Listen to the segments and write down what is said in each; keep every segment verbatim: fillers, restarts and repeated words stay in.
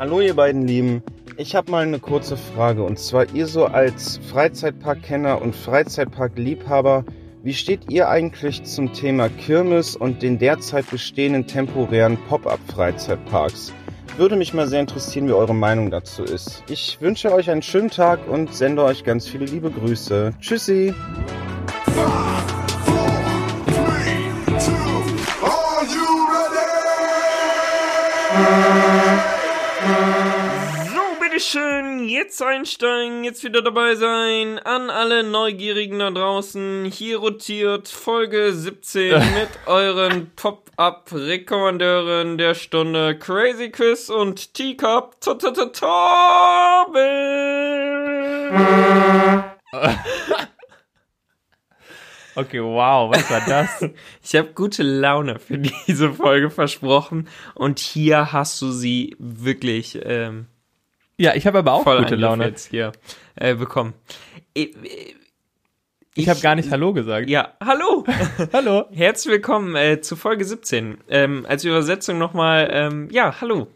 Hallo ihr beiden Lieben, ich habe mal eine kurze Frage und zwar ihr so als Freizeitparkkenner und Freizeitparkliebhaber, wie steht ihr eigentlich zum Thema Kirmes und den derzeit bestehenden temporären Pop-up-Freizeitparks? Würde mich mal sehr interessieren, wie eure Meinung dazu ist. Ich wünsche euch einen schönen Tag und sende euch ganz viele liebe Grüße. Tschüssi! Schön, jetzt einsteigen, jetzt wieder dabei sein. An alle Neugierigen da draußen, hier rotiert Folge siebzehn mit euren Pop-Up-Rekommandeuren der Stunde Crazy Quiz und Teacup Torben. Okay, wow, was war das? Ich habe gute Laune für diese Folge versprochen und hier hast du sie wirklich ähm, ja, ich habe aber auch gute Laune jetzt hier äh, bekommen. Ich, ich, ich habe gar nicht Hallo gesagt. Ja, hallo. Hallo. Herzlich willkommen äh, zu Folge siebzehn. Ähm, als Übersetzung nochmal, ähm, ja, hallo.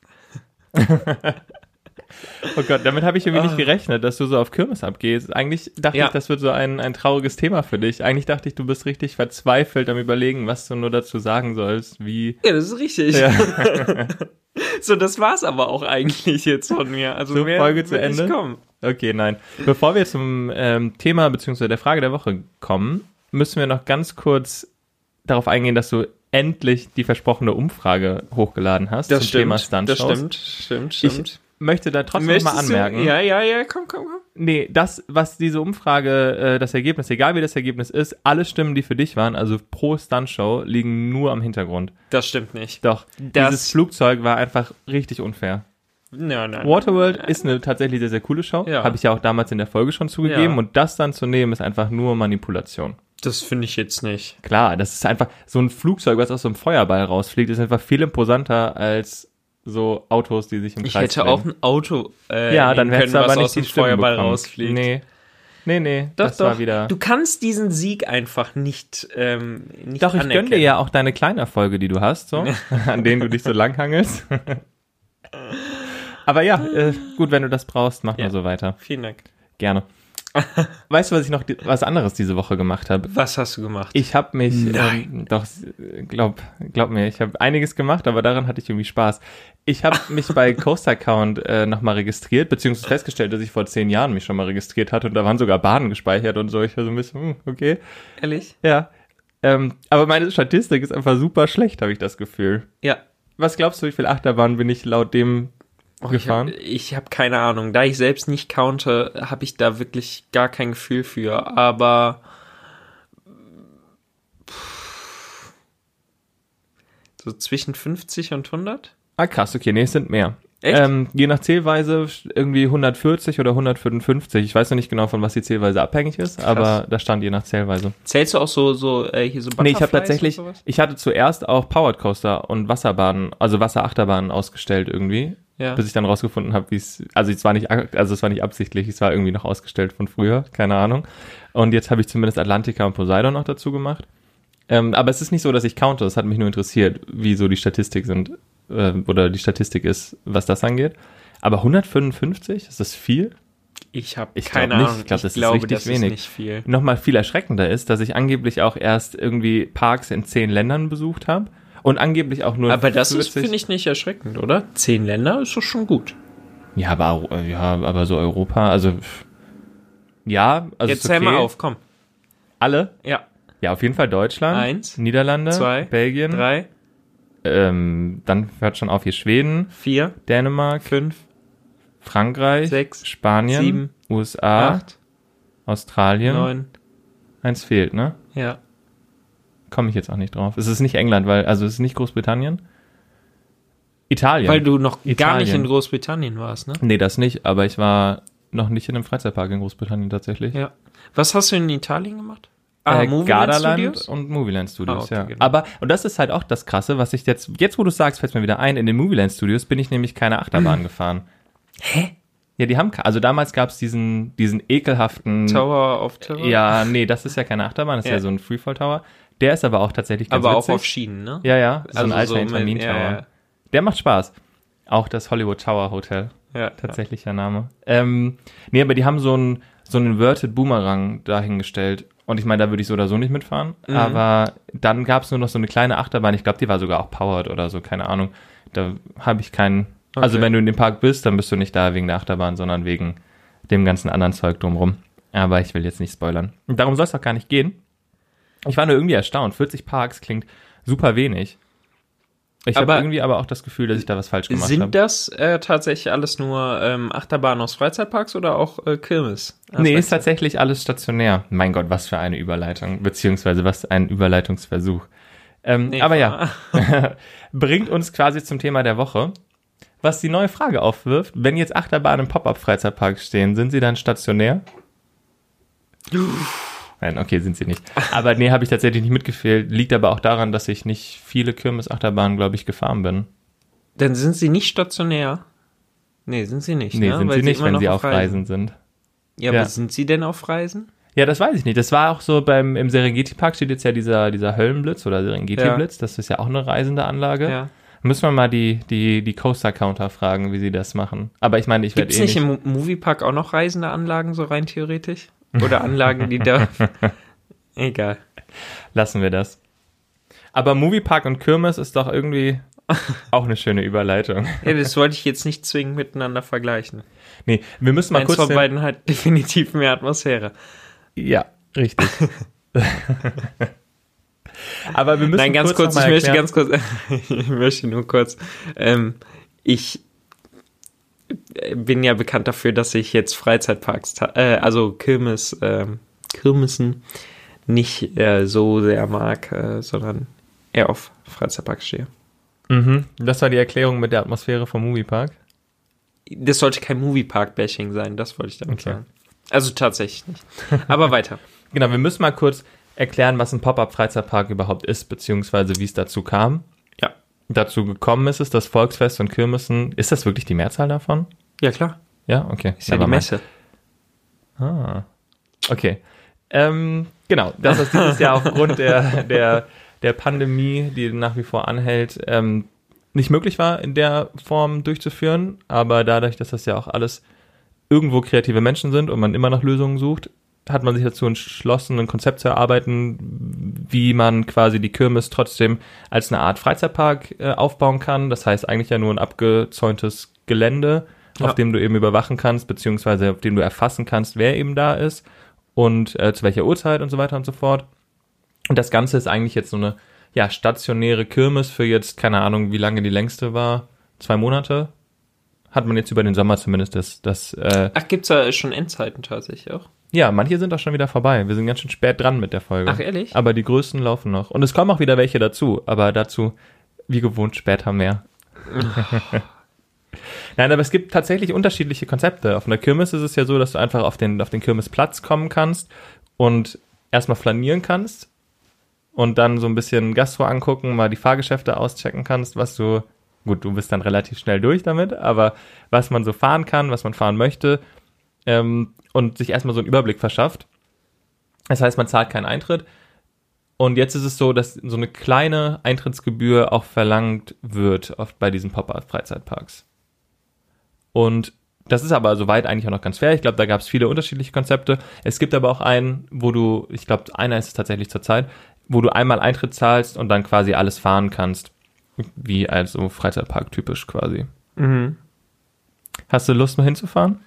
Oh Gott, damit habe ich irgendwie oh. nicht gerechnet, dass du so auf Kirmes abgehst. Eigentlich dachte ja. ich, das wird so ein, ein trauriges Thema für dich. Eigentlich dachte ich, du bist richtig verzweifelt am Überlegen, was du nur dazu sagen sollst, wie... Ja, das ist richtig. Ja. So, das war's aber auch eigentlich jetzt von mir. Also so, mehr Folge zu Ende? Kommen. Okay, nein. Bevor wir zum ähm, Thema bzw. der Frage der Woche kommen, müssen wir noch ganz kurz darauf eingehen, dass du endlich die versprochene Umfrage hochgeladen hast das zum stimmt, Thema Stuntshows. Das stimmt, stimmt, stimmt. Ich möchte da trotzdem Möchtest mal anmerken. Du? Ja, ja, ja, komm, komm, komm. Nee, das, was diese Umfrage, äh, das Ergebnis, egal wie das Ergebnis ist, alle Stimmen, die für dich waren, also pro Stuntshow, liegen nur am Hintergrund. Das stimmt nicht. Doch, das dieses Flugzeug war einfach richtig unfair. Nein, nein. Waterworld nein. ist eine tatsächlich sehr, sehr coole Show. Ja. Habe ich ja auch damals in der Folge schon zugegeben. Ja. Und das dann zu nehmen, ist einfach nur Manipulation. Das finde ich jetzt nicht. Klar, das ist einfach so ein Flugzeug, was aus so einem Feuerball rausfliegt, ist einfach viel imposanter als so Autos, die sich im ich Kreis Ich hätte drehen. auch ein Auto äh, ja, dann können, hättest du aber was nicht aus die dem Feuerball bekommen. rausfliegt. Nee. Nee, nee, doch, das doch. war wieder... Du kannst diesen Sieg einfach nicht ähm, nicht Doch, ich anerkennen. gönne dir ja auch deine kleinen Erfolge, die du hast, so, an denen du dich so langhangelst. Aber ja, äh, gut, wenn du das brauchst, mach ja. mal so weiter. Vielen Dank. Gerne. Weißt du, was ich noch, was anderes diese Woche gemacht habe? Was hast du gemacht? Ich habe mich, Nein. ähm, doch, glaub, glaub mir, ich habe einiges gemacht, aber daran hatte ich irgendwie Spaß. Ich habe mich bei Coaster Account äh, nochmal registriert, beziehungsweise festgestellt, dass ich vor zehn Jahren mich schon mal registriert hatte und da waren sogar Bahnen gespeichert und so. Ich war so ein bisschen, hm, okay. Ehrlich? Ja. Ähm, aber meine Statistik ist einfach super schlecht, habe ich das Gefühl. Ja. Was glaubst du, wie viel Achterbahnen bin ich laut dem Oh, gefahren? Ich habe hab keine Ahnung. Da ich selbst nicht counte, habe ich da wirklich gar kein Gefühl für. Aber pff, so zwischen fünfzig und hundert? Ah, krass, okay, nee, es sind mehr. Echt? Ähm, je nach Zählweise irgendwie hundertvierzig oder hundertfünfundfünfzig. Ich weiß noch nicht genau, von was die Zählweise abhängig ist, Krass. aber da stand je nach Zählweise. Zählst du auch so, so äh, hier so Butterflies? Nee, ich habe tatsächlich, ich hatte zuerst auch Powered Coaster und Wasserbahnen, also Wasserachterbahnen ausgestellt irgendwie. Ja. Bis ich dann rausgefunden habe, wie es, also es war nicht, also es war nicht absichtlich, es war irgendwie noch ausgestellt von früher, keine Ahnung. Und jetzt habe ich zumindest Atlantica und Poseidon noch dazu gemacht. Ähm, aber es ist nicht so, dass ich counte, es hat mich nur interessiert, wie so die Statistik sind, äh, oder die Statistik ist, was das angeht. Aber hundertfünfundfünfzig, ist das viel? Ich habe Ich keine glaub Ahnung. nicht. Ich glaube, das glaube, ist richtig das wenig. Ist nicht viel. Nochmal viel erschreckender ist, dass ich angeblich auch erst irgendwie Parks in zehn Ländern besucht habe. Und angeblich auch nur Aber das ist, vierzig finde ich, nicht erschreckend, oder? Zehn Länder ist doch schon gut. Ja, aber, ja, aber so Europa, also ja, also Jetzt ist okay. zähl mal auf, komm. Alle? Ja. Ja, auf jeden Fall Deutschland, Eins, Niederlande, zwei, Belgien, drei, ähm, dann hört schon auf hier Schweden, vier, Dänemark, fünf, Frankreich, sechs, Spanien, sieben, U S A, acht, Australien. neun. Eins fehlt, ne? Ja. Komme ich jetzt auch nicht drauf. Es ist nicht England, weil, also es ist nicht Großbritannien. Italien. Weil du noch Italien. gar nicht in Großbritannien warst, ne? Nee, das nicht, aber ich war noch nicht in einem Freizeitpark in Großbritannien tatsächlich. Ja. Was hast du in Italien gemacht? Ah, äh, Movieland Gardaland Studios? und Movieland Studios, Ah, okay, ja. genau. Aber, und das ist halt auch das Krasse, was ich jetzt, jetzt wo du sagst, fällt mir wieder ein, in den Movieland Studios bin ich nämlich keine Achterbahn gefahren. Hä? Ja, die haben, also damals gab es diesen, diesen ekelhaften... Tower of Terror? Ja, nee, das ist ja keine Achterbahn, das ist Ja. ja so ein Freefall Tower. Der ist aber auch tatsächlich ganz Aber witzig. auch auf Schienen, ne? Ja, ja, so ein Also alter so mit- Intermin Tower. ja, ja. Der macht Spaß. Auch das Hollywood Tower Hotel. Ja, Tatsächlicher Name. Ähm, nee, aber die haben so einen so einen Inverted Boomerang dahingestellt. Und ich meine, da würde ich so oder so nicht mitfahren. Mhm. Aber dann gab es nur noch so eine kleine Achterbahn. Ich glaube, die war sogar auch powered oder so, keine Ahnung. Da habe ich keinen... Okay. Also wenn du in dem Park bist, dann bist du nicht da wegen der Achterbahn, sondern wegen dem ganzen anderen Zeug drumherum. Aber ich will jetzt nicht spoilern. Und darum soll es auch gar nicht gehen. Ich war nur irgendwie erstaunt. vierzig Parks klingt super wenig. Ich habe irgendwie aber auch das Gefühl, dass ich da was falsch gemacht habe. Sind das äh, tatsächlich alles nur ähm, Achterbahnen aus Freizeitparks oder auch äh, Kirmes? Nee, ist tatsächlich alles stationär. Mein Gott, was für eine Überleitung, beziehungsweise was ein Überleitungsversuch. Ähm, nee, aber ja, bringt uns quasi zum Thema der Woche, was die neue Frage aufwirft. Wenn jetzt Achterbahnen im Pop-Up-Freizeitparks stehen, sind sie dann stationär? Nein, okay, sind sie nicht. Aber nee, habe ich tatsächlich nicht mitgefehlt. Liegt aber auch daran, dass ich nicht viele Kirmes-Achterbahnen, glaube ich, gefahren bin. Dann sind sie nicht stationär? Nee, sind sie nicht, Nee, ne? sind Weil sie nicht, wenn sie auf Reisen, Reisen sind. Ja, Ja. aber sind sie denn auf Reisen? Ja, das weiß ich nicht. Das war auch so beim, im Serengeti-Park steht jetzt ja dieser, dieser Höllenblitz oder Serengeti-Blitz. Das ist ja auch eine reisende Anlage. Ja. Müssen wir mal die, die, die Coaster-Counter fragen, wie sie das machen. Aber ich meine, ich werde Gibt's eh nicht nicht... im Mo- Moviepark auch noch reisende Anlagen, so rein theoretisch? Oder Anlagen, die da... Egal. Lassen wir das. Aber Moviepark und Kirmes ist doch irgendwie auch eine schöne Überleitung. Ja, das wollte ich jetzt nicht zwingend miteinander vergleichen. Nee, wir müssen mal Eins kurz... von den- beiden hat definitiv mehr Atmosphäre. Ja, richtig. Aber wir müssen Nein, ganz kurz, noch ich mal möchte erklären- ganz kurz, ich möchte nur kurz, ähm, ich bin ja bekannt dafür, dass ich jetzt Freizeitparks, ta- äh, also Kirmes, ähm, Kirmesen nicht äh, so sehr mag, äh, sondern eher auf Freizeitparks stehe. Mhm, das war die Erklärung mit der Atmosphäre vom Moviepark. Das sollte kein Moviepark-Bashing sein, das wollte ich damit Okay. sagen. Also tatsächlich nicht. Aber weiter. Genau, wir müssen mal kurz erklären, was ein Pop-Up-Freizeitpark überhaupt ist, beziehungsweise wie es dazu kam. Ja. Dazu gekommen ist es, das Volksfest und Kirmesen. Ist das wirklich die Mehrzahl davon? Ja, klar. Ja, okay. Ist ja die Nevermind. Messe. Ah, okay. Ähm, genau, das ist dieses Jahr aufgrund der, der, der Pandemie, die nach wie vor anhält, ähm, nicht möglich war, in der Form durchzuführen. Aber dadurch, dass das ja auch alles irgendwo kreative Menschen sind und man immer nach Lösungen sucht, hat man sich dazu entschlossen, ein Konzept zu erarbeiten, wie man quasi die Kirmes trotzdem als eine Art Freizeitpark äh, aufbauen kann. Das heißt eigentlich ja nur ein abgezäuntes Gelände, Ja. auf dem du eben überwachen kannst, beziehungsweise auf dem du erfassen kannst, wer eben da ist und äh, zu welcher Uhrzeit und so weiter und so fort. Und das Ganze ist eigentlich jetzt so eine ja, stationäre Kirmes für jetzt, keine Ahnung, wie lange die längste war, zwei Monate. Hat man jetzt über den Sommer zumindest das, das äh, Ach, gibt's da schon Endzeiten tatsächlich auch? ja, manche sind auch schon wieder vorbei. Wir sind ganz schön spät dran mit der Folge. Ach, ehrlich? Aber die größten laufen noch. Und es kommen auch wieder welche dazu, aber dazu, wie gewohnt, später mehr. Nein, aber es gibt tatsächlich unterschiedliche Konzepte. Auf einer Kirmes ist es ja so, dass du einfach auf den, auf den Kirmesplatz kommen kannst und erstmal flanieren kannst und dann so ein bisschen Gastro angucken, mal die Fahrgeschäfte auschecken kannst, was du, gut, du bist dann relativ schnell durch damit, aber was man so fahren kann, was man fahren möchte, ähm, und sich erstmal so einen Überblick verschafft. Das heißt, man zahlt keinen Eintritt. Und jetzt ist es so, dass so eine kleine Eintrittsgebühr auch verlangt wird, oft bei diesen Pop-Up-Freizeitparks. Und das ist aber soweit eigentlich auch noch ganz fair. Ich glaube, da gab es viele unterschiedliche Konzepte. Es gibt aber auch einen, wo du, ich glaube, einer ist es tatsächlich zurzeit, wo du einmal Eintritt zahlst und dann quasi alles fahren kannst. Wie als so Freizeitpark typisch quasi. Mhm. Hast du Lust, mal hinzufahren?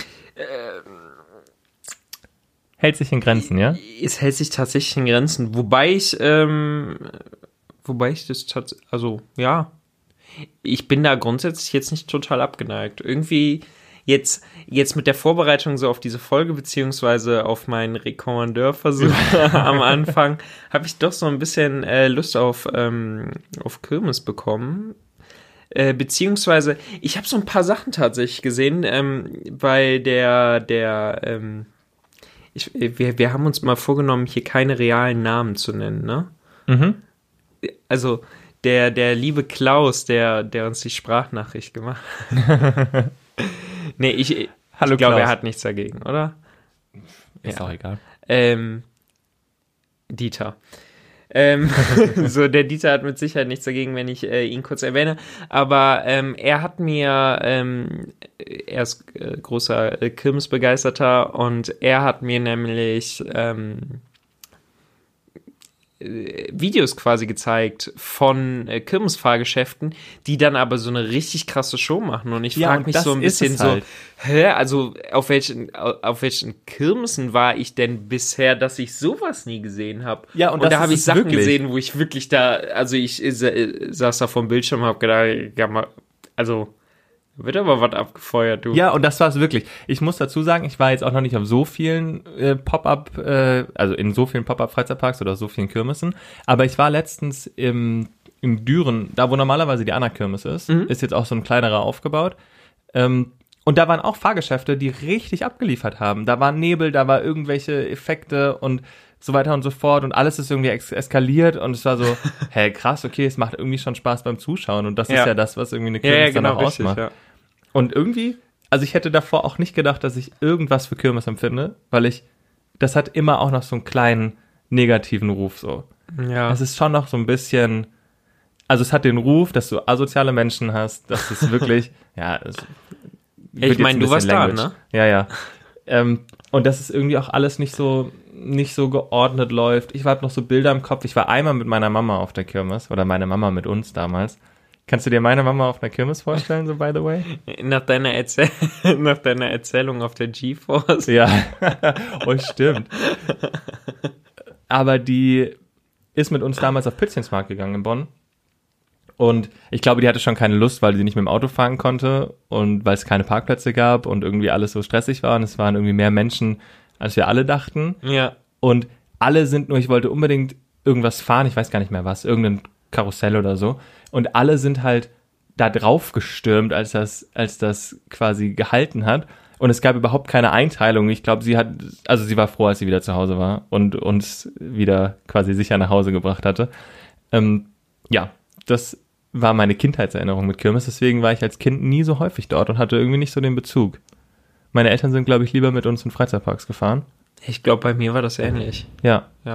Hält sich in Grenzen, ja? Es hält sich tatsächlich in Grenzen. Wobei ich, ähm, wobei ich das tatsächlich, also, ja. Ich bin da grundsätzlich jetzt nicht total abgeneigt. Irgendwie jetzt, jetzt mit der Vorbereitung so auf diese Folge, beziehungsweise auf meinen Rekommandeurversuch am Anfang, habe ich doch so ein bisschen äh, Lust auf, ähm, auf Kirmes bekommen. Äh, beziehungsweise, ich habe so ein paar Sachen tatsächlich gesehen, ähm, bei der, der, ähm, ich, wir, wir haben uns mal vorgenommen, hier keine realen Namen zu nennen, ne? Mhm. Also, der, der liebe Klaus, der, der uns die Sprachnachricht gemacht hat. Nee, ich, ich Hallo glaube, Klaus. er hat nichts dagegen, oder? Ist Ja. auch egal. Ähm, Dieter. Ähm, so, der Dieter hat mit Sicherheit nichts dagegen, wenn ich äh, ihn kurz erwähne. Aber ähm, er hat mir, ähm, er ist äh, großer äh, Kirmesbegeisterter und er hat mir nämlich ähm, Videos quasi gezeigt von äh, Kirmesfahrgeschäften, die dann aber so eine richtig krasse Show machen. Und ich Ja, frage und mich das so ein ist bisschen es so, halt. hä, also auf welchen, auf welchen Kirmesen war ich denn bisher, dass ich sowas nie gesehen habe? Ja, und und das da habe ist ich es Sachen wirklich. gesehen, wo ich wirklich da, also ich äh, saß da vom Bildschirm und habe gedacht, ja, mal, also wird aber was abgefeuert, du. Ja, und das war es wirklich. Ich muss dazu sagen, ich war jetzt auch noch nicht auf so vielen äh, Pop-up, äh, also in so vielen Pop-up-Freizeitparks oder so vielen Kirmessen, aber ich war letztens im, im Düren, da wo normalerweise die Anna-Kirmes ist, Mhm. ist jetzt auch so ein kleinerer aufgebaut. Ähm, und da waren auch Fahrgeschäfte, die richtig abgeliefert haben. Da war Nebel, da war irgendwelche Effekte und so weiter und so fort und alles ist irgendwie ex- eskaliert und es war so, hey, krass, okay, es macht irgendwie schon Spaß beim Zuschauen und das Ja. ist ja das, was irgendwie eine ja, Kirmes ja, dann genau, auch richtig, ausmacht. ja. Und irgendwie, also ich hätte davor auch nicht gedacht, dass ich irgendwas für Kirmes empfinde, weil ich, das hat immer auch noch so einen kleinen negativen Ruf so. Ja. Es ist schon noch so ein bisschen, also es hat den Ruf, dass du asoziale Menschen hast, dass es wirklich, ja, es wird Ich jetzt meine, ein du warst bisschen da, language. ne? Ja, ja. ähm, und dass es irgendwie auch alles nicht so, nicht so geordnet läuft. Ich habe noch so Bilder im Kopf. Ich war einmal mit meiner Mama auf der Kirmes oder meine Mama mit uns damals. Kannst du dir meine Mama auf einer Kirmes vorstellen, so by the way? Nach deiner, Erzähl nach deiner Erzählung auf der GeForce. Ja, oh, stimmt. Aber die ist mit uns damals auf Pützchensmarkt gegangen in Bonn. Und ich glaube, die hatte schon keine Lust, weil sie nicht mit dem Auto fahren konnte und weil es keine Parkplätze gab und irgendwie alles so stressig war. Und es waren irgendwie mehr Menschen, als wir alle dachten. Ja. Und alle sind nur, ich wollte unbedingt irgendwas fahren, ich weiß gar nicht mehr was, irgendein Karussell oder so. Und alle sind halt da drauf gestürmt, als das, als das quasi gehalten hat. Und es gab überhaupt keine Einteilung. Ich glaube, sie hat, also sie war froh, als sie wieder zu Hause war und uns wieder quasi sicher nach Hause gebracht hatte. Ähm, ja, das war meine Kindheitserinnerung mit Kirmes. Deswegen war ich als Kind nie so häufig dort und hatte irgendwie nicht so den Bezug. Meine Eltern sind, glaube ich, lieber mit uns in Freizeitparks gefahren. Ich glaube, bei mir war das ähnlich. Ja. Ja.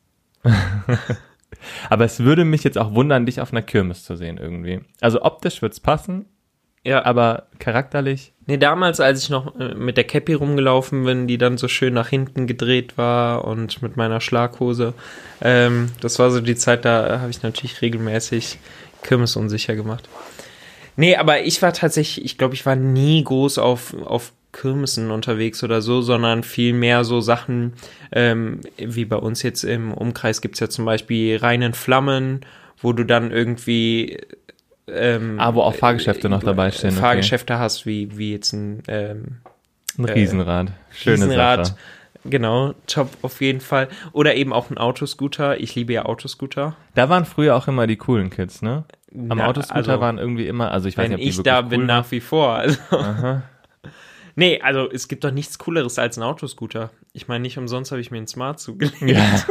Aber es würde mich jetzt auch wundern, dich auf einer Kirmes zu sehen irgendwie. Also optisch wird's passen, Ja. aber charakterlich. Nee, damals, als ich noch äh, mit der Cappy rumgelaufen bin, die dann so schön nach hinten gedreht war und mit meiner Schlaghose, ähm, das war so die Zeit, da habe ich natürlich regelmäßig Kirmes unsicher gemacht. Nee, aber ich war tatsächlich, ich glaube, ich war nie groß auf, auf Kirmesen unterwegs oder so, sondern viel mehr so Sachen, ähm, wie bei uns jetzt im Umkreis gibt's ja zum Beispiel Reinen Flammen, wo du dann irgendwie ähm, Ah, wo auch Fahrgeschäfte noch dabei stehen. Okay. Fahrgeschäfte hast, wie, wie jetzt ein ähm, Ein Riesenrad. Schöne Riesenrad. Sache. Genau, top auf jeden Fall. Oder eben auch ein Autoscooter. Ich liebe ja Autoscooter. Da waren früher auch immer die coolen Kids, ne? Am Na, Autoscooter also, waren irgendwie immer, also ich weiß wenn nicht, ob die ich wirklich da cool bin, waren. nach wie vor. Also. Aha. Nee, also es gibt doch nichts Cooleres als ein Autoscooter. Ich meine, nicht umsonst habe ich mir einen Smart zugelegt. Ja.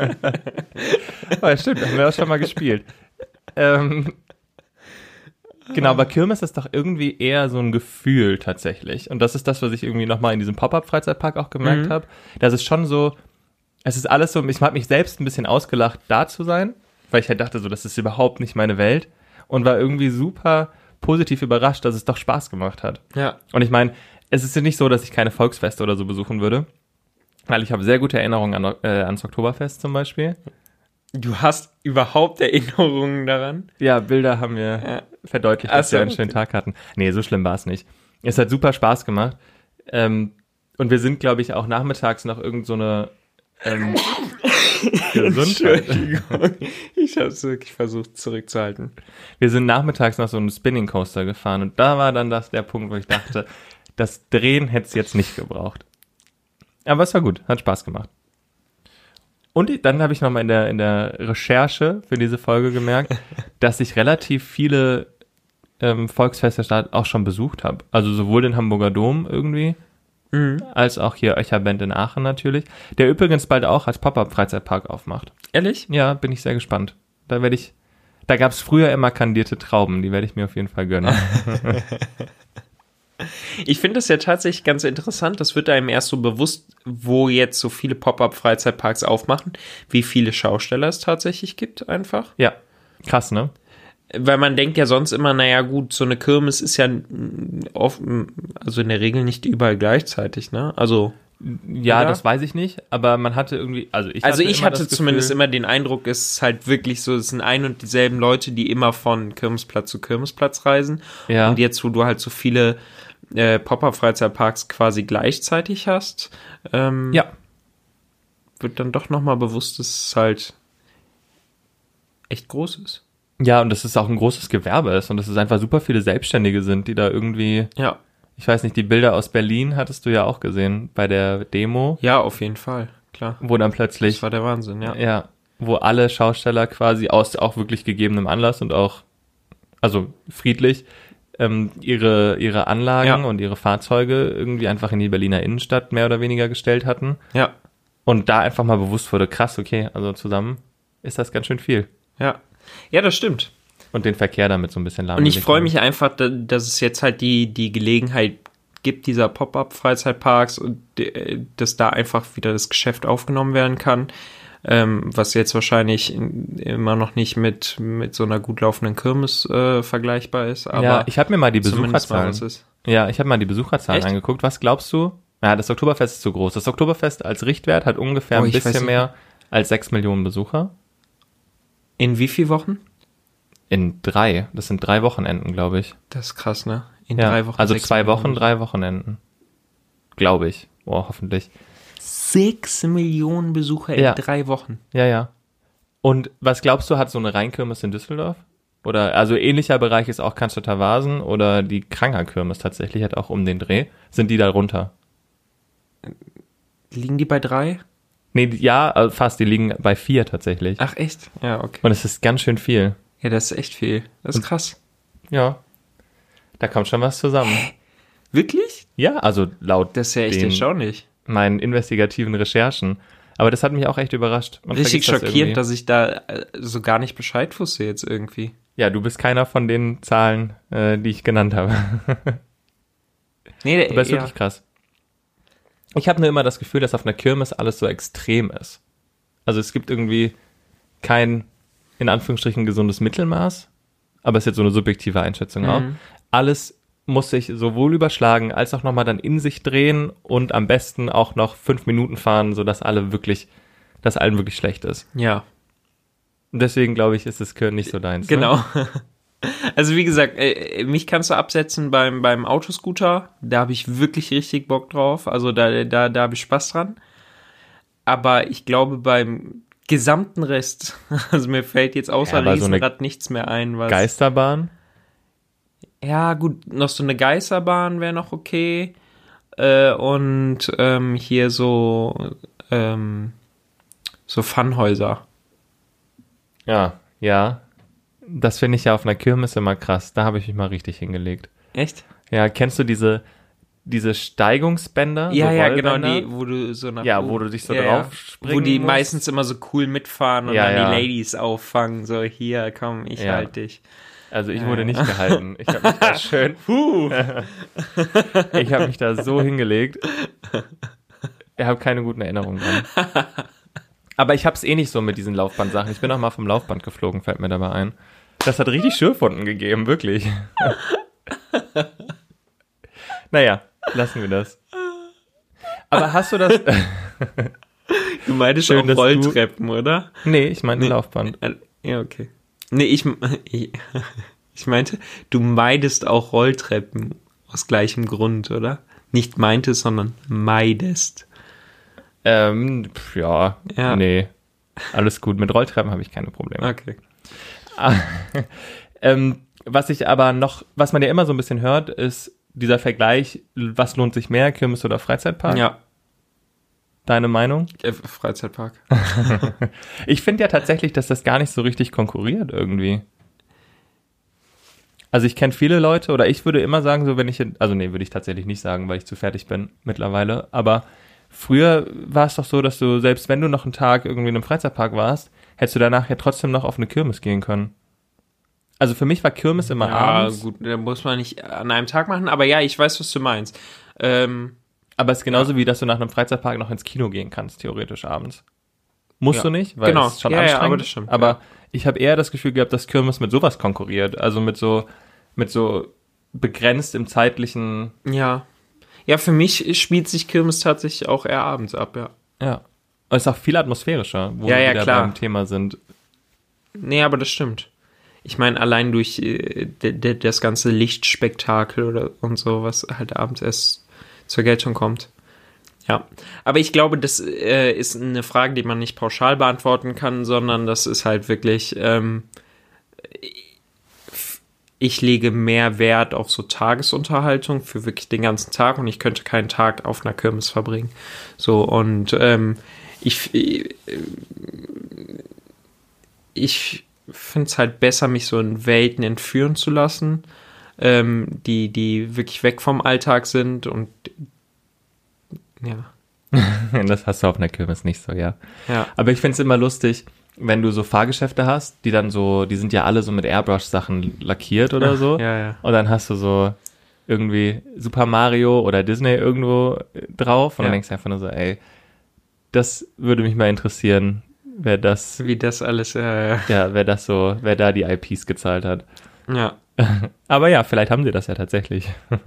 Aber stimmt, haben wir auch schon mal gespielt. Ähm, genau, aber Kirmes ist doch irgendwie eher so ein Gefühl tatsächlich. Und das ist das, was ich irgendwie nochmal in diesem Pop-Up-Freizeitpark auch gemerkt Mhm. habe. Das ist schon so, es ist alles so, ich habe mich selbst ein bisschen ausgelacht, da zu sein, weil ich halt dachte so, das ist überhaupt nicht meine Welt. Und war irgendwie super positiv überrascht, dass es doch Spaß gemacht hat. Ja. Und ich meine, es ist ja nicht so, dass ich keine Volksfeste oder so besuchen würde, weil ich habe sehr gute Erinnerungen an, äh, ans Oktoberfest zum Beispiel. Du hast überhaupt Erinnerungen daran? Ja, Bilder haben mir Ja. verdeutlicht, Ach dass so, wir einen schönen Tag hatten. Nee, so schlimm war es nicht. Es hat super Spaß gemacht. Ähm, und wir sind, glaube ich, auch nachmittags noch irgend so eine ähm, Gesundheit. Entschuldigung. Ich habe es wirklich versucht zurückzuhalten. Wir sind nachmittags noch so einen Spinning Coaster gefahren und da war dann das der Punkt, wo ich dachte, das Drehen hätte es jetzt nicht gebraucht. Aber es war gut, hat Spaß gemacht. Und ich- dann habe ich nochmal in der, in der Recherche für diese Folge gemerkt, dass ich relativ viele ähm, Volksfeste auch schon besucht habe. Also sowohl den Hamburger Dom irgendwie, Mhm. als auch hier Öcherbend in Aachen natürlich, der übrigens bald auch als Pop-Up-Freizeitpark aufmacht. Ehrlich? Ja, bin ich sehr gespannt. Da werde ich, da gab es früher immer kandierte Trauben, die werde ich mir auf jeden Fall gönnen. Ich finde das ja tatsächlich ganz interessant. Das wird einem erst so bewusst, wo jetzt so viele Pop-up-Freizeitparks aufmachen, wie viele Schausteller es tatsächlich gibt einfach. Ja, krass, ne? Weil man denkt ja sonst immer, naja gut, so eine Kirmes ist ja oft, also in der Regel nicht überall gleichzeitig, ne? Also ja, oder? Das weiß ich nicht, aber man hatte irgendwie, also ich also hatte, ich immer hatte das zumindest Gefühl, immer den Eindruck, es ist halt wirklich so, es sind ein und dieselben Leute, die immer von Kirmesplatz zu Kirmesplatz reisen. Ja. Und jetzt, wo du halt so viele äh, Pop-up-Freizeitparks quasi gleichzeitig hast, ähm, ja, wird dann doch nochmal bewusst, dass es halt echt groß ist. ja, und dass es auch ein großes Gewerbe ist und dass es einfach super viele Selbstständige sind, die da irgendwie, Ja. ich weiß nicht, die Bilder aus Berlin hattest du ja auch gesehen bei der Demo, Ja, auf jeden Fall, klar. wo dann plötzlich, Das war der Wahnsinn, ja. ja, wo alle Schausteller quasi aus auch wirklich gegebenem Anlass und auch, also friedlich, ähm, ihre, ihre Anlagen Ja. und ihre Fahrzeuge irgendwie einfach in die Berliner Innenstadt mehr oder weniger gestellt hatten. Ja, Und da einfach mal bewusst wurde, krass, okay, also zusammen ist das ganz schön viel. ja. Ja, das stimmt. Und den Verkehr damit so ein bisschen Und ich lahmgelegt freue haben. mich einfach, da- dass es jetzt halt die, die Gelegenheit gibt, dieser Pop-up-Freizeitparks und äh, dass da einfach wieder das Geschäft aufgenommen werden kann, ähm, was jetzt wahrscheinlich in, immer noch nicht mit, mit so einer gut laufenden Kirmes äh, vergleichbar ist, aber Ja, ich habe mir mal die zumindest mal Besucherzahlen. was ist. Ja, ich habe mal die Besucherzahlen Echt? angeguckt. Was glaubst du? Ja, das Oktoberfest ist zu groß. Das Oktoberfest als Richtwert hat ungefähr Oh, ein ich weiß bisschen nicht. mehr als sechs Millionen Besucher. In wie viel Wochen? In drei. Das sind drei Wochenenden, glaube ich. Das ist krass, ne? In Ja, drei Wochen. also sechs zwei Millionen. Wochen, drei Wochenenden. Glaube ich. Oh, hoffentlich. Sechs Millionen Besucher in Ja. drei Wochen. Ja, ja. Und was glaubst du, hat so eine Rheinkirmes in Düsseldorf? Oder, also ähnlicher Bereich ist auch Cannstatter Vasen oder die Krangerkirmes tatsächlich, hat auch um den Dreh. Sind die da runter? Liegen die bei drei? Nee, die- ja, also fast, die liegen bei vier tatsächlich. Ach, echt? Ja, okay. Und es ist ganz schön viel. Ja, das ist echt viel. Das ist krass. Ja. Da kommt schon was zusammen. Wirklich? Ja, also laut Das ist ja echt den, erstaunlich. meinen investigativen Recherchen. Aber das hat mich auch echt überrascht. Man Richtig vergisst das schockierend, irgendwie. dass ich da äh, so gar nicht Bescheid wusste jetzt irgendwie. Ja, du bist keiner von den Zahlen, äh, die ich genannt habe. Nee, der, Aber das ist ja. wirklich krass. Ich habe nur immer das Gefühl, dass auf einer Kirmes alles so extrem ist. Also es gibt irgendwie kein, in Anführungsstrichen, gesundes Mittelmaß, aber es ist jetzt so eine subjektive Einschätzung auch. Mhm. Alles muss sich sowohl überschlagen, als auch nochmal dann in sich drehen und am besten auch noch fünf Minuten fahren, sodass alle wirklich, dass allen wirklich schlecht ist. Ja, Und deswegen glaube ich, ist das Köln nicht so deins. Ne? genau. Also wie gesagt, äh, mich kannst du absetzen beim, beim Autoscooter. Da habe ich wirklich richtig Bock drauf. Also da, da, da habe ich Spaß dran. Aber ich glaube beim gesamten Rest, also mir fällt jetzt außer Ja, aber so eine Riesenrad nichts mehr ein, was... Geisterbahn? Ja, gut, noch so eine Geisterbahn wäre noch okay. Äh, und ähm, hier so, ähm, so Funhäuser. Ja, ja. Das finde ich ja auf einer Kirmes immer krass. Da habe ich mich mal richtig hingelegt. Echt? Ja, kennst du diese, diese Steigungsbänder? Ja, so ja, genau, Rollbänder? die, wo du so nach Ja, oben- wo du dich so ja, drauf ja. springen Wo die musst. meistens immer so cool mitfahren und Ja, dann ja. die Ladies auffangen. So, hier, komm, ich Ja. halt dich. Also ich Ja, wurde ja. nicht gehalten. Ich habe mich da schön... Puh. Ich habe mich da so hingelegt. Ich habe keine guten Erinnerungen dran. Aber ich habe es eh nicht so mit diesen Laufbandsachen. Ich bin auch mal vom Laufband geflogen, fällt mir dabei ein. Das hat richtig Schürfwunden gegeben, wirklich. Naja, lassen wir das. Aber hast du das... Du meintest Schön, auch dass du- Rolltreppen, oder? Nee, ich meine Nee. Laufband. Äh, Ja, okay. Nee, ich, ich, ich meinte, du meidest auch Rolltreppen aus gleichem Grund, oder? Nicht meintest, sondern meidest. Ähm, pf, ja, Ja. nee. Alles gut. Mit Rolltreppen habe ich keine Probleme. Okay. Ähm, was ich aber noch, was man ja immer so ein bisschen hört, ist dieser Vergleich, was lohnt sich mehr, Kirmes oder Freizeitpark? Ja, Deine Meinung? äh, Freizeitpark. Ich finde ja tatsächlich, dass das gar nicht so richtig konkurriert irgendwie. Also ich kenne viele Leute, oder ich würde immer sagen, so wenn ich, in, also nee, würde ich tatsächlich nicht sagen, weil ich zu fertig bin mittlerweile, aber früher war es doch so, dass du, selbst wenn du noch einen Tag irgendwie in einem Freizeitpark warst, hättest du danach ja trotzdem noch auf eine Kirmes gehen können. Also für mich war Kirmes immer ja, abends. Ja, gut, da muss man nicht an einem Tag machen, aber ja, ich weiß, was du meinst. Ähm, aber es ist genauso ja. wie, dass du nach einem Freizeitpark noch ins Kino gehen kannst, theoretisch abends. Musst ja. du nicht, weil genau. es ist schon ja, anstrengend. Ja, aber das stimmt. Aber ja. ich habe eher das Gefühl gehabt, dass Kirmes mit sowas konkurriert. Also mit so, mit so begrenzt im zeitlichen... Ja. Ja, für mich spielt sich Kirmes tatsächlich auch eher abends ab, ja. Ja. Und es ist auch viel atmosphärischer, wo ja, wir ja, wieder klar. beim Thema sind. Nee, aber das stimmt. Ich meine, allein durch äh, d- d- das ganze Lichtspektakel oder und so, was halt abends erst zur Geltung kommt. Ja, aber ich glaube, das äh, ist eine Frage, die man nicht pauschal beantworten kann, sondern das ist halt wirklich, ähm, ich lege mehr Wert auf so Tagesunterhaltung für wirklich den ganzen Tag und ich könnte keinen Tag auf einer Kirmes verbringen. So, und ähm, ich, ich finde es halt besser, mich so in Welten entführen zu lassen, ähm, die, die wirklich weg vom Alltag sind und ja. Das hast du auf einer Kirmes nicht so, ja. ja. Aber ich finde es immer lustig, wenn du so Fahrgeschäfte hast, die dann so, die sind ja alle so mit Airbrush-Sachen lackiert oder so. Ja, ja. Und dann hast du so irgendwie Super Mario oder Disney irgendwo drauf und Ja. dann denkst du einfach nur so, ey, das würde mich mal interessieren, wer das, Wie das alles, äh, ja, wer das so, wer da die I Ps gezahlt hat. ja. Aber ja, vielleicht haben sie das ja tatsächlich.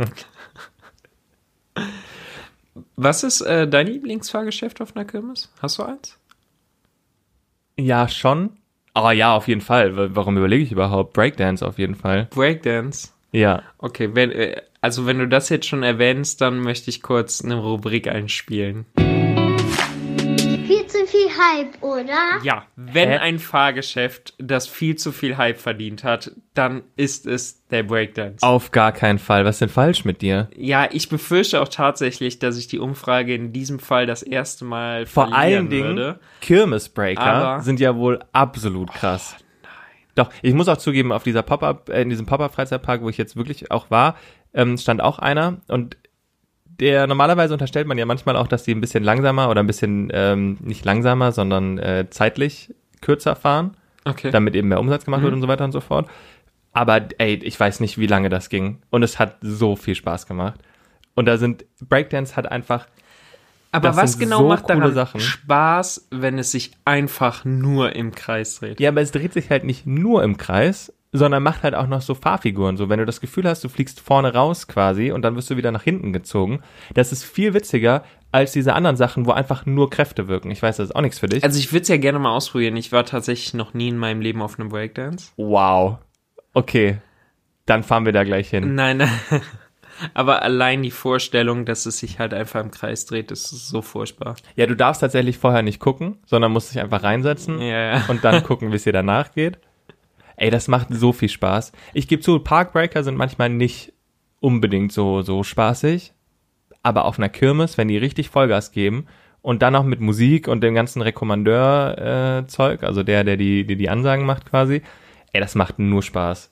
Was ist äh, dein Lieblingsfahrgeschäft auf einer Kirmes? Hast du eins? Ja, schon. Aber ja, auf jeden Fall. W- Warum überlege ich überhaupt? Breakdance auf jeden Fall. Breakdance. Ja. Okay, wenn, äh, also wenn du das jetzt schon erwähnst, dann möchte ich kurz eine Rubrik einspielen. Viel zu viel Hype, oder? Ja, wenn Hä? ein Fahrgeschäft, das viel zu viel Hype verdient hat, dann ist es der Breakdance. Auf gar keinen Fall. Was ist denn falsch mit dir? Ja, ich befürchte auch tatsächlich, dass ich die Umfrage in diesem Fall das erste Mal Vor verlieren allen Dingen, würde. Kirmesbreaker Aber- sind ja wohl absolut krass. Doch, ich muss auch zugeben, auf dieser Pop-Up, äh, in diesem Pop-Up-Freizeitpark, wo ich jetzt wirklich auch war, ähm, stand auch einer und der, normalerweise unterstellt man ja manchmal auch, dass die ein bisschen langsamer oder ein bisschen, ähm, nicht langsamer, sondern äh, zeitlich kürzer fahren, Okay. damit eben mehr Umsatz gemacht Mhm. wird und so weiter und so fort. Aber ey, ich weiß nicht, wie lange das ging. Und es hat so viel Spaß gemacht. Und da sind, Breakdance hat einfach, Aber das was sind genau so macht coole daran Sachen. Spaß, wenn es sich einfach nur im Kreis dreht? ja, aber es dreht sich halt nicht nur im Kreis, sondern macht halt auch noch so Fahrfiguren. So, wenn du das Gefühl hast, du fliegst vorne raus quasi und dann wirst du wieder nach hinten gezogen. Das ist viel witziger als diese anderen Sachen, wo einfach nur Kräfte wirken. Ich weiß, das ist auch nichts für dich. Also ich würde es ja gerne mal ausprobieren. Ich war tatsächlich noch nie in meinem Leben auf einem Breakdance. Wow. Okay. Dann fahren wir da gleich hin. Nein, nein. Aber allein die Vorstellung, dass es sich halt einfach im Kreis dreht, ist so furchtbar. Ja, du darfst tatsächlich vorher nicht gucken, sondern musst dich einfach reinsetzen Ja, ja. und dann gucken, wie es dir danach geht. Ey, das macht so viel Spaß. Ich gebe zu, Parkbreaker sind manchmal nicht unbedingt so, so spaßig, aber auf einer Kirmes, wenn die richtig Vollgas geben und dann noch mit Musik und dem ganzen Rekommandeur-Zeug, also der, der die, die die Ansagen macht quasi, ey, das macht nur Spaß.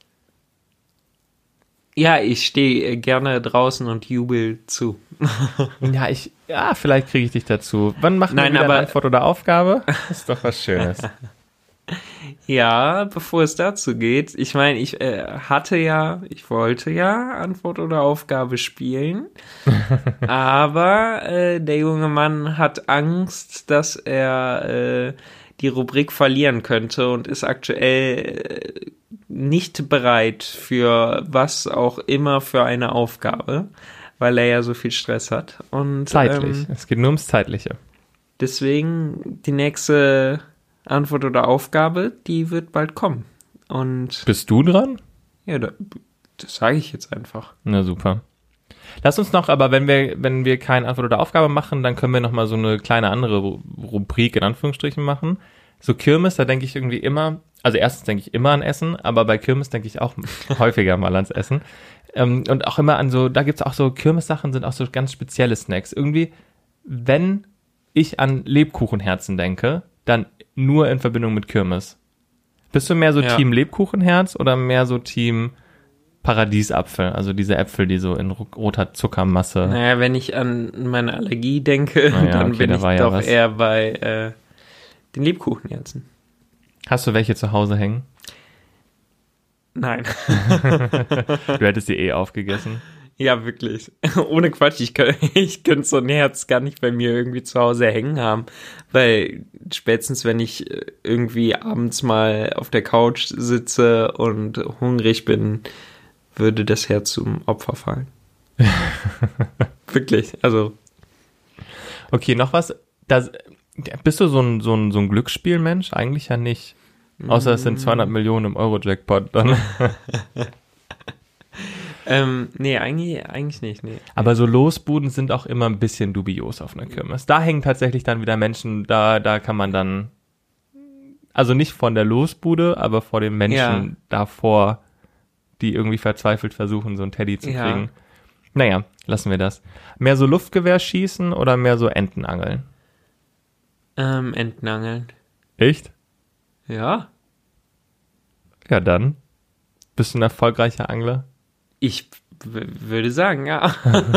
Ja, ich stehe gerne draußen und jubel zu. Ja, ich, ja, vielleicht kriege ich dich dazu. Wann machen Nein, wir wieder aber- eine Antwort oder Aufgabe? Das ist doch was Schönes. Ja, bevor es dazu geht, ich meine, ich äh, hatte ja, ich wollte ja Antwort oder Aufgabe spielen, aber äh, der junge Mann hat Angst, dass er äh, die Rubrik verlieren könnte und ist aktuell äh, nicht bereit für was auch immer für eine Aufgabe, weil er ja so viel Stress hat. Und Zeitlich. Ähm, Es geht nur ums Zeitliche. deswegen die nächste Antwort oder Aufgabe, die wird bald kommen. Und Bist du dran? ja, da, das sage ich jetzt einfach. Na super. Lass uns noch, aber wenn wir, wenn wir keine Antwort oder Aufgabe machen, dann können wir noch mal so eine kleine andere Ru- Rubrik in Anführungsstrichen machen. So Kirmes, da denke ich irgendwie immer, also erstens denke ich immer an Essen, aber bei Kirmes denke ich auch häufiger mal ans Essen. Ähm, und auch immer an so, da gibt's auch so, Kirmes-Sachen sind auch so ganz spezielle Snacks. Irgendwie, wenn ich an Lebkuchenherzen denke, dann nur in Verbindung mit Kirmes. Bist du mehr so Ja. Team Lebkuchenherz oder mehr so Team Paradiesapfel? Also diese Äpfel, die so in ro- roter Zuckermasse. Naja, wenn ich an meine Allergie denke, Ah ja, dann okay, bin da ich war ja doch was. eher bei äh, den Lebkuchenherzen. Hast du welche zu Hause hängen? Nein. Du hättest die eh aufgegessen. Ja, wirklich. Ohne Quatsch, ich, kann, ich könnte so ein Herz gar nicht bei mir irgendwie zu Hause hängen haben, weil spätestens, wenn ich irgendwie abends mal auf der Couch sitze und hungrig bin, würde das Herz zum Opfer fallen. Wirklich, also. Okay, noch was? Das, bist du so ein, so ein, so ein Glücksspielmensch? Eigentlich ja nicht. Außer es sind zweihundert Millionen im Euro-Jackpot dann. Ähm, nee, eigentlich, eigentlich nicht, nee. Aber so Losbuden sind auch immer ein bisschen dubios auf einer Kirmes. Da hängen tatsächlich dann wieder Menschen, da, da kann man dann, also nicht von der Losbude, aber vor den Menschen Ja. davor, die irgendwie verzweifelt versuchen, so ein Teddy zu Ja. kriegen. Naja, lassen wir das. Mehr so Luftgewehrschießen oder mehr so Entenangeln? Ähm, Entenangeln. Echt? Ja. Ja, dann. Bist du ein erfolgreicher Angler? Ich w- würde sagen, ja.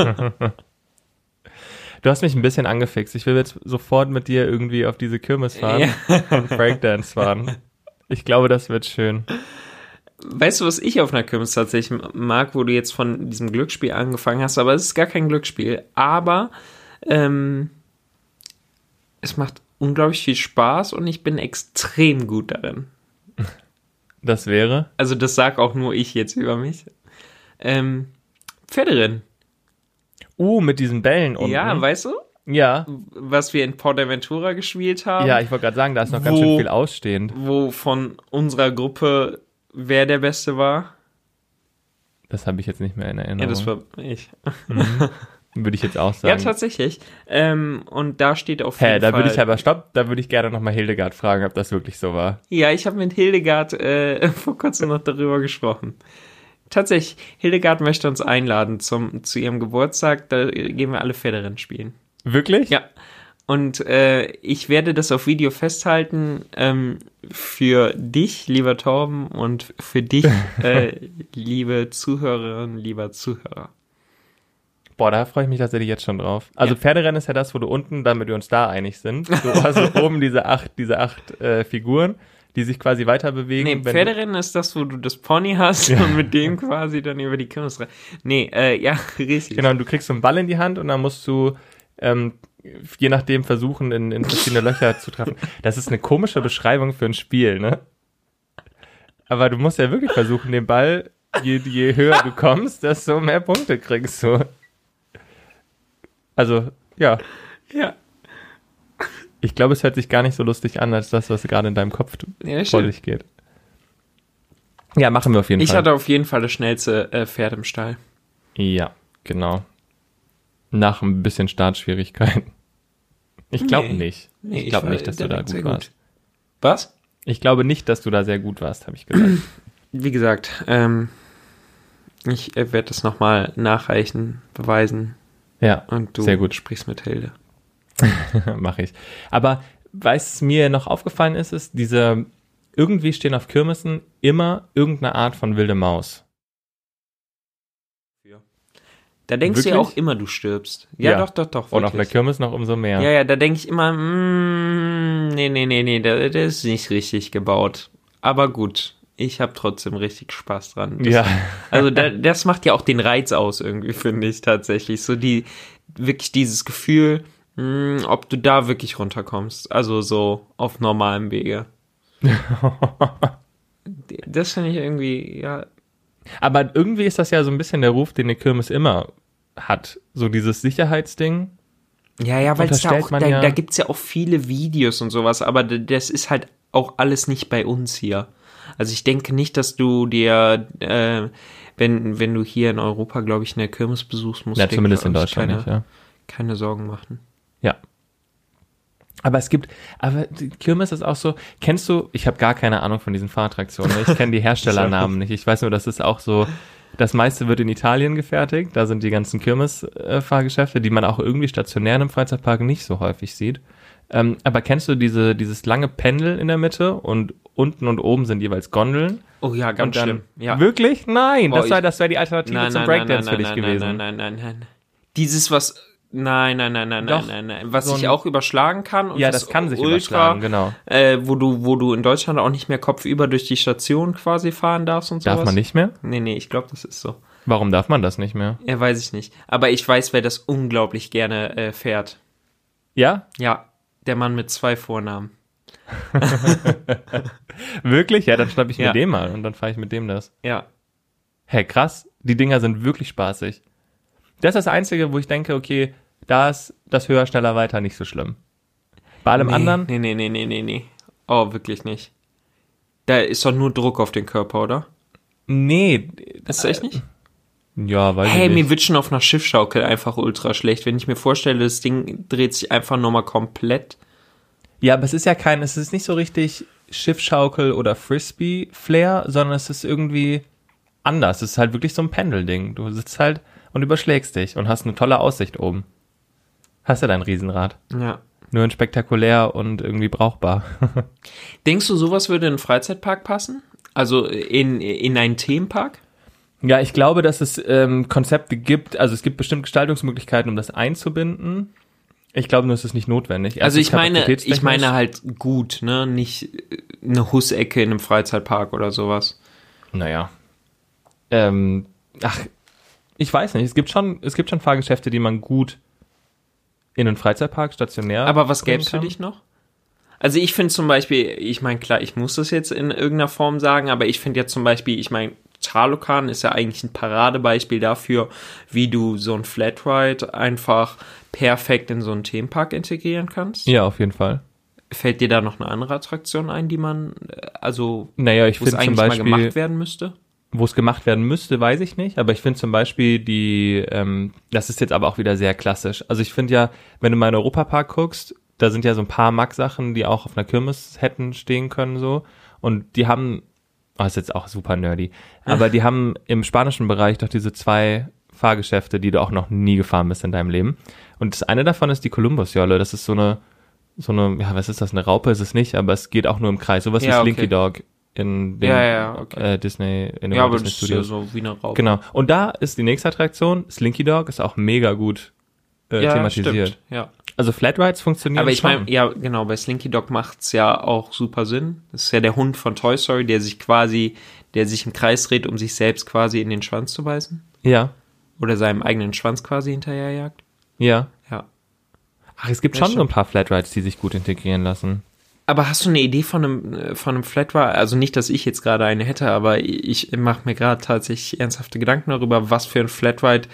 Du hast mich ein bisschen angefixt. Ich will jetzt sofort mit dir irgendwie auf diese Kirmes fahren und Breakdance fahren. Ich glaube, das wird schön. Weißt du, was ich auf einer Kirmes tatsächlich mag, wo du jetzt von diesem Glücksspiel angefangen hast, aber es ist gar kein Glücksspiel, aber ähm, es macht unglaublich viel Spaß und ich bin extrem gut darin. Das wäre? Also das sag auch nur ich jetzt über mich. Ähm, Pferderennen. Uh, mit diesen Bällen unten. Ja, weißt du, Ja. was wir in Portaventura gespielt haben? Ja, ich wollte gerade sagen, da ist noch ganz Wo- schön viel ausstehend. Wo von unserer Gruppe wer der Beste war? Das habe ich jetzt nicht mehr in Erinnerung. Ja, das war ich. Würde ich jetzt auch Ja, sagen. tatsächlich. Ähm, und da steht auf Hä, jeden da Fall... würde ich aber, stopp, da würde ich gerne nochmal Hildegard fragen, ob das wirklich so war. Ja, ich habe mit Hildegard äh, vor kurzem noch darüber gesprochen. Tatsächlich, Hildegard möchte uns einladen zum, zu ihrem Geburtstag, da gehen wir alle Pferderennen spielen. Wirklich? Ja, und äh, ich werde das auf Video festhalten ähm, für dich, lieber Torben, und für dich, äh, liebe Zuhörerinnen, lieber Zuhörer. Boah, da freue ich mich tatsächlich jetzt schon drauf. Also Ja. Pferderennen ist ja das, wo du unten, damit wir uns da einig sind, du hast also oben diese acht, diese acht äh, Figuren, die sich quasi weiter bewegen. Nee, wenn du- Pferderennen ist das, wo du das Pony hast und mit dem quasi dann über die Kirmes rein. Nee, äh, ja, richtig. Genau, und du kriegst so einen Ball in die Hand und dann musst du ähm, je nachdem versuchen, in, in verschiedene Löcher zu treffen. Das ist eine komische Beschreibung für ein Spiel, ne? Aber du musst ja wirklich versuchen, den Ball, je, je höher du kommst, desto mehr Punkte kriegst du. Also, ja. Ja, Ich glaube, es hört sich gar nicht so lustig an, als das, was gerade in deinem Kopf ja vor stimmt. sich geht. Ja, machen wir auf jeden Ich Fall. hatte auf jeden Fall das schnellste äh, Pferd im Stall. Ja, genau. Nach ein bisschen Startschwierigkeiten. Ich glaube Nee. nicht. Nee, ich glaube war nicht, dass du da direkt gut sehr warst. Was? Ich glaube nicht, dass du da sehr gut warst, habe ich gesagt. Wie gesagt, ähm, ich äh, werde das nochmal nachreichen, beweisen Ja, und du sehr gut. sprichst mit Hilde. mache ich. Aber was mir noch aufgefallen ist, ist, diese, irgendwie stehen auf Kirmessen immer irgendeine Art von wilde Maus. Da denkst du ja Wirklich? auch immer, du stirbst. Ja, Ja. doch, doch, doch. Und auf einer wirklich. Kirmes noch umso mehr. Ja, ja, da denke ich immer, mm, nee, nee, nee, nee, der, der ist nicht richtig gebaut. Aber gut, ich habe trotzdem richtig Spaß dran. Das, Ja. Also da, das macht ja auch den Reiz aus irgendwie, finde ich tatsächlich. So die, wirklich dieses Gefühl, mh, ob du da wirklich runterkommst. Also so auf normalem Wege. Das finde ich irgendwie, ja, Aber irgendwie ist das ja so ein bisschen der Ruf, den eine Kirmes immer hat. So dieses Sicherheitsding. Ja, ja, weil da Unterstellt auch, man da, ja- da gibt's ja auch viele Videos und sowas, aber d- das ist halt auch alles nicht bei uns hier. Also ich denke nicht, dass du dir, äh, wenn, wenn du hier in Europa, glaube ich, eine Kirmes besuchst, musst Ja, du dir, zumindest in glaub ich, Deutschland keine, nicht, ja. keine Sorgen machen. Ja. Aber es gibt, aber die Kirmes ist auch so, kennst du, ich habe gar keine Ahnung von diesen Fahrattraktionen, ich kenne die Herstellernamen nicht, ich weiß nur, das ist auch so, das meiste wird in Italien gefertigt, da sind die ganzen Kirmes-Fahrgeschäfte, die man auch irgendwie stationär im Freizeitpark nicht so häufig sieht. Ähm, aber kennst du diese, dieses lange Pendel in der Mitte und unten und oben sind jeweils Gondeln? Oh ja, ganz Und dann, schlimm. Ja. Wirklich? Nein, Boah, das war, ich- das wäre die Alternative Nein, zum nein, nein, Breakdance nein, für dich nein, gewesen. nein, nein, nein, nein, nein. Dieses, was Nein, nein, nein, nein, Doch, nein, nein, nein. Was so sich ein- auch überschlagen kann. Und Ja, das kann sich überschlagen, genau. Äh, wo du, wo du in Deutschland auch nicht mehr kopfüber durch die Station quasi fahren darfst und sowas. Darf man nicht mehr? Nee, nee, ich glaube, das ist so. Warum darf man das nicht mehr? Ja, weiß ich nicht. Aber ich weiß, wer das unglaublich gerne äh, fährt. Ja? Ja, der Mann mit zwei Vornamen. Wirklich? Ja, dann schnapp ich Ja. mir den mal und dann fahre ich mit dem das. Ja. Hey, krass. Die Dinger sind wirklich spaßig. Das ist das Einzige, wo ich denke, okay, da ist das höher, schneller, weiter nicht so schlimm. Bei allem nee, anderen, Nee, nee, nee, nee, nee, nee. Oh, wirklich nicht. Da ist doch nur Druck auf den Körper, oder? nee. Das ist echt nicht? Ja, weiß Hey, ich mir nicht. wird schon auf einer Schiffschaukel einfach ultra schlecht. Wenn ich mir vorstelle, das Ding dreht sich einfach nochmal komplett. Ja, aber es ist ja kein, es ist nicht so richtig Schiffschaukel oder Frisbee-Flair, sondern es ist irgendwie anders. Es ist halt wirklich so ein Pendelding. Du sitzt halt und überschlägst dich und hast eine tolle Aussicht oben. Hast ja dein Riesenrad. Ja. Nur in spektakulär und irgendwie brauchbar. Denkst du, sowas würde in einen Freizeitpark passen? Also in, in einen Themenpark? Ja, ich glaube, dass es ähm, Konzepte gibt, also es gibt bestimmt Gestaltungsmöglichkeiten, um das einzubinden. Ich glaube nur, es ist nicht notwendig. Also Erstens ich meine, ich kapazitätstechnisch. meine halt gut, ne? Nicht eine Hussecke in einem Freizeitpark oder sowas. Naja. Ähm, ach, ich weiß nicht. Es gibt schon, es gibt schon Fahrgeschäfte, die man gut in einen Freizeitpark stationär. Aber was bringen gäb's für kann. dich noch? Also ich finde zum Beispiel, ich meine, klar, ich muss das jetzt in irgendeiner Form sagen, aber ich finde ja zum Beispiel, ich meine, Talokan ist ja eigentlich ein Paradebeispiel dafür, wie du so ein Flatride einfach perfekt in so einen Themenpark integrieren kannst. Ja, auf jeden Fall. Fällt dir da noch eine andere Attraktion ein, die man, äh, also, Naja, ich wo es finde zum eigentlich mal Beispiel, gemacht werden müsste? wo es gemacht werden müsste, weiß ich nicht. Aber ich finde zum Beispiel die, ähm, das ist jetzt aber auch wieder sehr klassisch. Also ich finde ja, wenn du mal in den Europapark guckst, da sind ja so ein paar Mack-Sachen, die auch auf einer Kirmes hätten stehen können, so. Und die haben, oh, ist jetzt auch super nerdy, aber die haben im spanischen Bereich doch diese zwei Fahrgeschäfte, die du auch noch nie gefahren bist in deinem Leben. Und das eine davon ist die Columbus-Jolle. Das ist so eine, so eine, ja, was ist das? Eine Raupe ist es nicht, aber es geht auch nur im Kreis. Sowas Ja, wie okay. Slinky Dog in dem Ja, ja, okay. äh, Disney, in den Ja, Walt aber Disney das ist ja Studios. so wie eine Raupe. Genau. Und da ist die nächste Attraktion, Slinky Dog, ist auch mega gut äh, Ja, thematisiert. stimmt, ja. Also Flatrides funktionieren Aber ich schon. meine, ja, genau, bei Slinky Dog macht's ja auch super Sinn. Das ist ja der Hund von Toy Story, der sich quasi, der sich im Kreis dreht, um sich selbst quasi in den Schwanz zu beißen. Ja, Oder seinem eigenen Schwanz quasi hinterherjagt. ja. Ja. Ach, es gibt Ja, schon so ein paar Flatrides, die sich gut integrieren lassen. Aber hast du eine Idee von einem, äh, von einem Flatride? Also nicht, dass ich jetzt gerade eine hätte, aber ich mache mir gerade tatsächlich ernsthafte Gedanken darüber, was für ein Flatride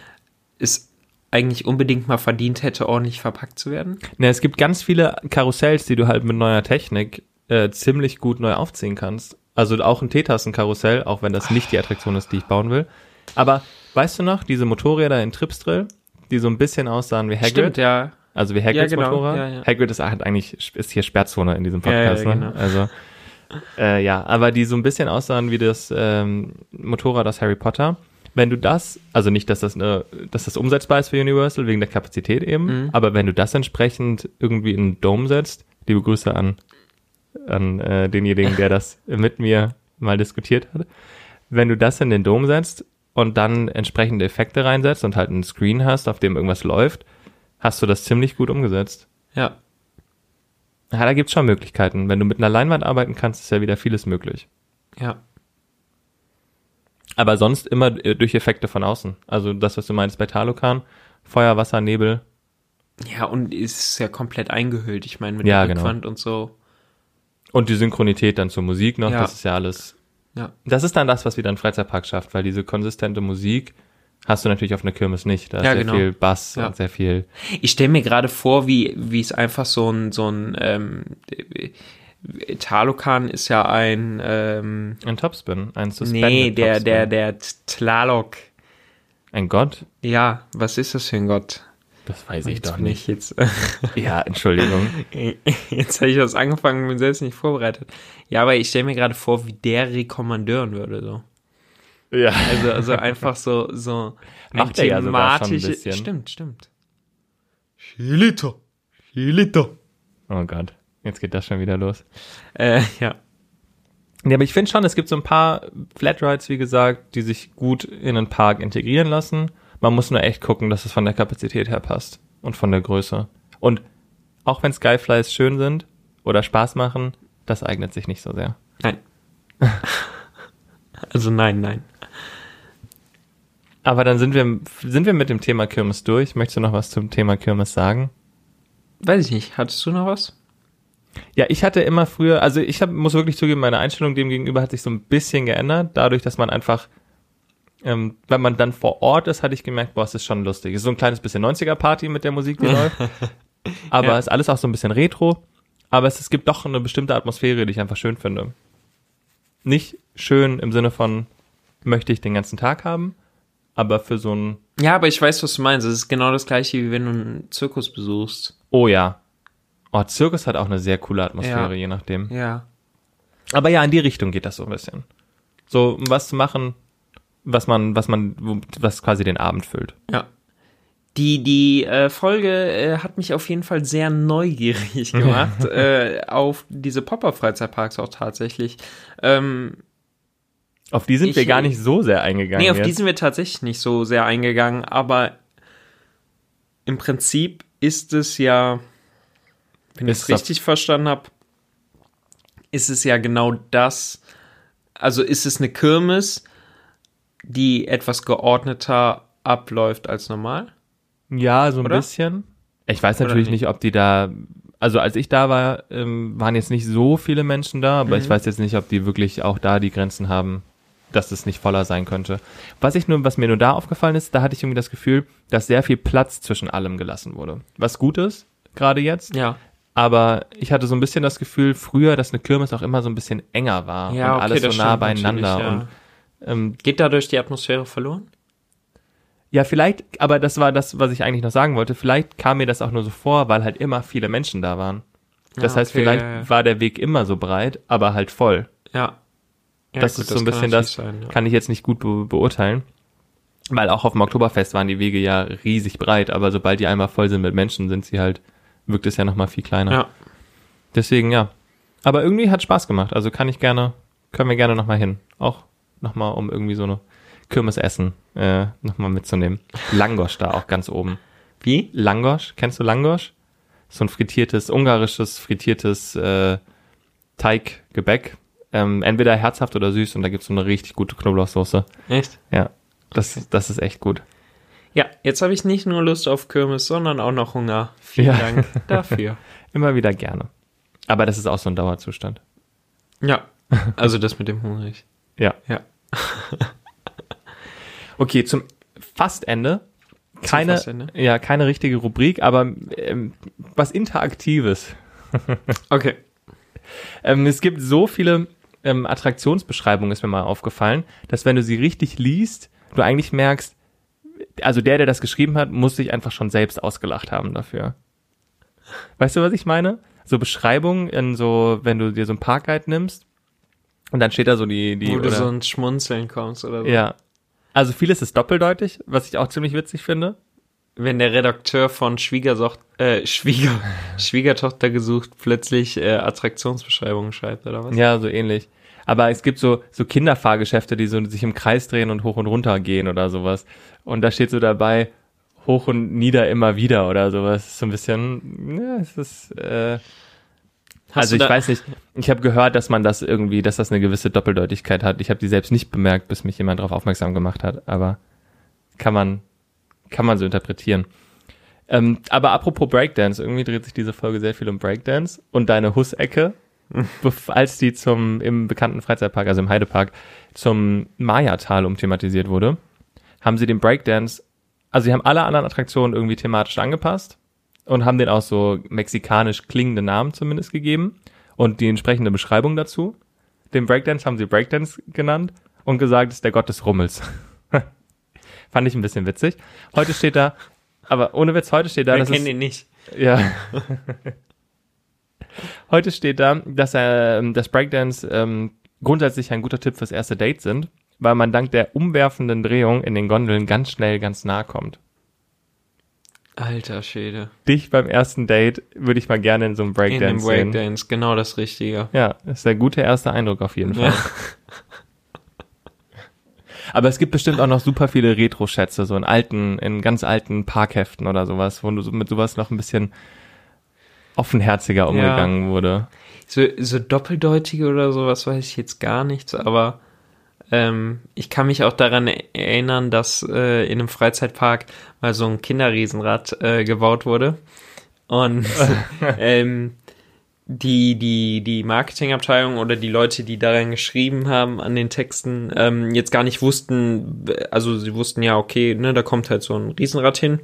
es eigentlich unbedingt mal verdient hätte, ordentlich verpackt zu werden. Ne, es gibt ganz viele Karussells, die du halt mit neuer Technik äh, ziemlich gut neu aufziehen kannst. Also auch ein Teetassen-Karussell, auch wenn das nicht die Attraktion ist, die ich bauen will. Aber weißt du noch, diese Motorräder in Tripsdrill, die so ein bisschen aussahen wie Hagrid? Stimmt, ja. Also wie Hagrids Ja, genau. Motorrad. Ja, ja. Hagrid ist halt eigentlich, ist hier Sperrzone in diesem Podcast, Ja, ja, ne? genau. Also, äh, ja, aber die so ein bisschen aussahen wie das ähm, Motorrad aus Harry Potter. Wenn du das, also nicht, dass das eine, dass das umsetzbar ist für Universal, wegen der Kapazität eben, Mhm. aber wenn du das entsprechend irgendwie in einen Dome setzt, liebe Grüße an, an äh, denjenigen, der das mit mir mal diskutiert hat, wenn du das in den Dome setzt und dann entsprechende Effekte reinsetzt und halt einen Screen hast, auf dem irgendwas läuft, hast du das ziemlich gut umgesetzt. Ja. Ja, da gibt's schon Möglichkeiten. Wenn du mit einer Leinwand arbeiten kannst, ist ja wieder vieles möglich. Ja. Aber sonst immer äh, durch Effekte von außen. Also das, was du meinst bei Talokan, Feuer, Wasser, Nebel. Ja, und es ist ja komplett eingehüllt. Ich meine, mit Ja, der genau. Rückwand und so. Und die Synchronität dann zur Musik noch, Ja. das ist ja alles. Ja. Das ist dann das, was wieder ein Freizeitpark schafft, weil diese konsistente Musik hast du natürlich auf einer Kirmes nicht. Da ist Ja, sehr genau. viel Bass Ja. und sehr viel. Ich stelle mir gerade vor, wie wie es einfach so ein so ein ähm, äh, Talokan ist ja ein ähm, Ein Topspin, ein Suspended nee, der Topspin. der der Tlalok. Ein Gott? Ja, was ist das für ein Gott? Das weiß ich Jetzt doch bin nicht. ich jetzt Ja, Entschuldigung. jetzt habe ich was angefangen und bin selbst nicht vorbereitet. Ja, aber ich stelle mir gerade vor, wie der rekommandieren würde so. Ja. Also also einfach so so ein Macht er ja sogar schon ein thematische- bisschen. Stimmt, stimmt. Chilito. Chilito. Oh Gott, jetzt geht das schon wieder los. Äh, ja. Ja, aber ich finde schon, es gibt so ein paar Flatrides, wie gesagt, die sich gut in einen Park integrieren lassen. Man muss nur echt gucken, dass es von der Kapazität her passt und von der Größe. Und auch wenn Skyflies schön sind oder Spaß machen, das eignet sich nicht so sehr. Nein. Also nein, nein. Aber dann sind wir, sind wir mit dem Thema Kirmes durch. Möchtest du noch was zum Thema Kirmes sagen? Weiß ich nicht. Hattest du noch was? Ja, ich hatte immer früher, also ich hab, muss wirklich zugeben, meine Einstellung dem gegenüber hat sich so ein bisschen geändert, dadurch, dass man einfach, ähm, wenn man dann vor Ort ist, hatte ich gemerkt, boah, es ist schon lustig. Es ist so ein kleines bisschen neunziger-Party mit der Musik, die läuft. Aber Ja. es ist alles auch so ein bisschen retro. Aber es, es gibt doch eine bestimmte Atmosphäre, die ich einfach schön finde. Nicht schön im Sinne von, möchte ich den ganzen Tag haben, aber für so ein, Ja, aber ich weiß, was du meinst. Es ist genau das gleiche, wie wenn du einen Zirkus besuchst. oh ja. Oh, Zirkus hat auch eine sehr coole Atmosphäre, Ja. je nachdem. Ja. Aber ja, in die Richtung geht das so ein bisschen. So, um was zu machen, was man, was man, wo- was quasi den Abend füllt. Ja. Die, die äh, Folge äh, hat mich auf jeden Fall sehr neugierig gemacht äh, auf diese Popper-Freizeitparks auch tatsächlich. Ähm, Auf die sind Ich- wir gar nicht so sehr eingegangen. nee, auf jetzt. die sind wir tatsächlich nicht so sehr eingegangen, aber im Prinzip ist es ja, wenn ich Ist es das- richtig verstanden habe, ist es ja genau das, also ist es eine Kirmes, die etwas geordneter abläuft als normal? Ja, so ein Oder? bisschen. Ich weiß Oder natürlich nicht? nicht, ob die da, also als ich da war, ähm, waren jetzt nicht so viele Menschen da, aber Mhm. ich weiß jetzt nicht, ob die wirklich auch da die Grenzen haben, dass es nicht voller sein könnte. Was ich nur, was mir nur da aufgefallen ist, da hatte ich irgendwie das Gefühl, dass sehr viel Platz zwischen allem gelassen wurde. Was gut ist, gerade jetzt. Ja. Aber ich hatte so ein bisschen das Gefühl, früher, dass eine Kirmes auch immer so ein bisschen enger war Ja, und okay, alles so das nah stimmt beieinander. natürlich, ja. Und ähm, Geht dadurch die Atmosphäre verloren? ja, vielleicht, aber das war das, was ich eigentlich noch sagen wollte. Vielleicht kam mir das auch nur so vor, weil halt immer viele Menschen da waren. Das Ja, heißt, okay, vielleicht ja, ja. war der Weg immer so breit, aber halt voll. Ja. Ja, das gut, ist so ein kann bisschen natürlich das, sein, ja. kann ich jetzt nicht gut be beurteilen. Weil auch auf dem Oktoberfest waren die Wege ja riesig breit, aber sobald die einmal voll sind mit Menschen, sind sie halt, wirkt es ja nochmal viel kleiner. Ja. Deswegen, ja. Aber irgendwie hat Spaß gemacht. Also kann ich gerne, können wir gerne nochmal hin. Auch nochmal, um irgendwie so eine Kirmesessen äh, nochmal mitzunehmen. Langosch da auch ganz oben. Wie? Langosch, kennst du Langosch? So ein frittiertes, ungarisches, frittiertes äh, Teiggebäck. Ähm, entweder herzhaft oder süß und da gibt's so eine richtig gute Knoblauchsoße. Echt? Ja, das, das ist echt gut. Ja, jetzt habe ich nicht nur Lust auf Kirmes, sondern auch noch Hunger. Vielen Ja. Dank dafür. Immer wieder gerne. Aber das ist auch so ein Dauerzustand. Ja, also das mit dem Hungrig. Ja. Ja. Okay, zum Fastende. Keine, Fastende? ja, keine richtige Rubrik, aber ähm, was Interaktives. Okay. Ähm, es gibt so viele ähm, Attraktionsbeschreibungen, ist mir mal aufgefallen, dass wenn du sie richtig liest, du eigentlich merkst, also der, der das geschrieben hat, muss sich einfach schon selbst ausgelacht haben dafür. Weißt du, was ich meine? So Beschreibungen in so, wenn du dir so einen Parkguide nimmst und dann steht da so die, die Wo du oder, so ins Schmunzeln kommst oder so. ja. Also vieles ist doppeldeutig, was ich auch ziemlich witzig finde. Wenn der Redakteur von Schwiegersocht, äh, Schwieger, Schwiegertochter gesucht plötzlich äh, Attraktionsbeschreibungen schreibt, oder was? Ja, so ähnlich. Aber es gibt so, so Kinderfahrgeschäfte, die so sich im Kreis drehen und hoch und runter gehen oder sowas. Und da steht so dabei, hoch und nieder immer wieder oder sowas. So ein bisschen, ja, es ist, äh, Hast also du ich da- weiß nicht, ich habe gehört, dass man das irgendwie, dass das eine gewisse Doppeldeutigkeit hat. Ich habe die selbst nicht bemerkt, bis mich jemand darauf aufmerksam gemacht hat. Aber kann man, kann man so interpretieren. Ähm, aber apropos Breakdance, irgendwie dreht sich diese Folge sehr viel um Breakdance und deine Hussecke, bef- als die zum, im bekannten Freizeitpark, also im Heidepark, zum Maya-Tal umthematisiert wurde, haben sie den Breakdance, also sie haben alle anderen Attraktionen irgendwie thematisch angepasst und haben den auch so mexikanisch klingende Namen zumindest gegeben und die entsprechende Beschreibung dazu. Den Breakdance haben sie Breakdance genannt und gesagt, es ist der Gott des Rummels. Fand ich ein bisschen witzig. Heute steht da, aber ohne Witz, heute steht da, Wer dass kennt es, ihn nicht? ja. Heute steht da, dass er, das Breakdance ähm, grundsätzlich ein guter Tipp fürs erste Date sind, weil man dank der umwerfenden Drehung in den Gondeln ganz schnell ganz nah kommt. Alter Schäde. Dich beim ersten Date würde ich mal gerne in so einem In dem Breakdance sehen. Breakdance, genau das Richtige. Ja, ist der gute erste Eindruck auf jeden Fall. Ja. Aber es gibt bestimmt auch noch super viele Retro-Schätze, so in alten, in ganz alten Parkheften oder sowas, wo du so mit sowas noch ein bisschen offenherziger umgegangen ja. wurde. So, so doppeldeutige oder sowas weiß ich jetzt gar nichts, aber ähm, ich kann mich auch daran erinnern, dass äh, in einem Freizeitpark mal so ein Kinderriesenrad äh, gebaut wurde und ähm, die, die, die Marketingabteilung oder die Leute, die daran geschrieben haben an den Texten, ähm, jetzt gar nicht wussten, also sie wussten ja, okay, ne, da kommt halt so ein Riesenrad hin.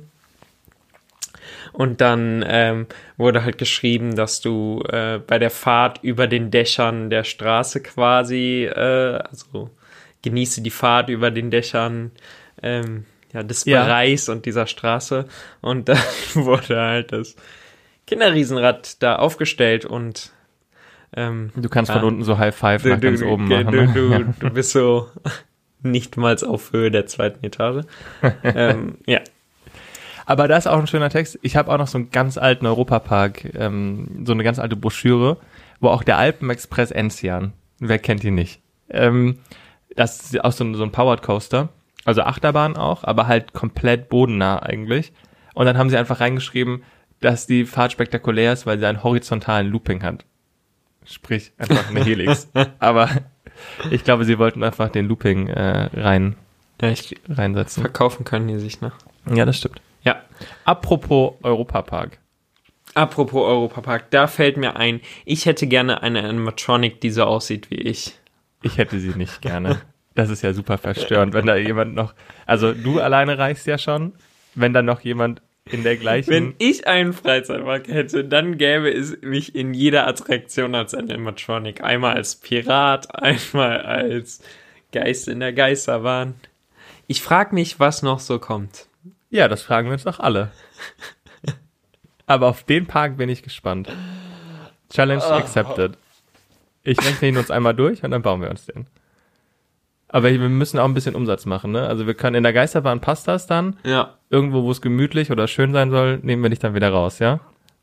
Und dann ähm, wurde halt geschrieben, dass du äh, bei der Fahrt über den Dächern der Straße quasi, äh, also genieße die Fahrt über den Dächern ähm, ja, des ja. Bereichs und dieser Straße. Und dann wurde halt das Kinderriesenrad da aufgestellt und ähm, du kannst ja, von unten so High Five nach du, ganz du, oben du, machen. Du, Ne? du, ja. du bist so nicht mal auf Höhe der zweiten Etage. ähm, ja. Aber da ist auch ein schöner Text. Ich habe auch noch so einen ganz alten Europapark, ähm, so eine ganz alte Broschüre, wo auch der Alpenexpress Enzian, wer kennt ihn nicht? Ähm, das ist auch so ein, so ein Powered Coaster, also Achterbahn auch, aber halt komplett bodennah eigentlich. Und dann haben sie einfach reingeschrieben, dass die Fahrt spektakulär ist, weil sie einen horizontalen Looping hat. Sprich, einfach eine Helix. Aber ich glaube, sie wollten einfach den Looping äh, rein ja, ich reinsetzen. Verkaufen können die sich, ne? Ja, das stimmt. Ja. Apropos Europapark. Apropos Europapark, da fällt mir ein, ich hätte gerne eine Animatronic, die so aussieht wie ich. Ich hätte sie nicht gerne. Das ist ja super verstörend, wenn da jemand noch, also du alleine reichst ja schon, wenn dann noch jemand in der gleichen... Wenn ich einen Freizeitpark hätte, dann gäbe es mich in jeder Attraktion als Animatronic. Einmal als Pirat, einmal als Geist in der Geisterbahn. Ich frage mich, was noch so kommt. Ja, das fragen wir uns doch alle. Aber auf den Park bin ich gespannt. Challenge oh. accepted. Ich rechne ihn uns einmal durch und dann bauen wir uns den. Aber wir müssen auch ein bisschen Umsatz machen, ne? Also wir können in der Geisterbahn passt das dann. Ja. Irgendwo, wo es gemütlich oder schön sein soll, nehmen wir dich dann wieder raus, ja?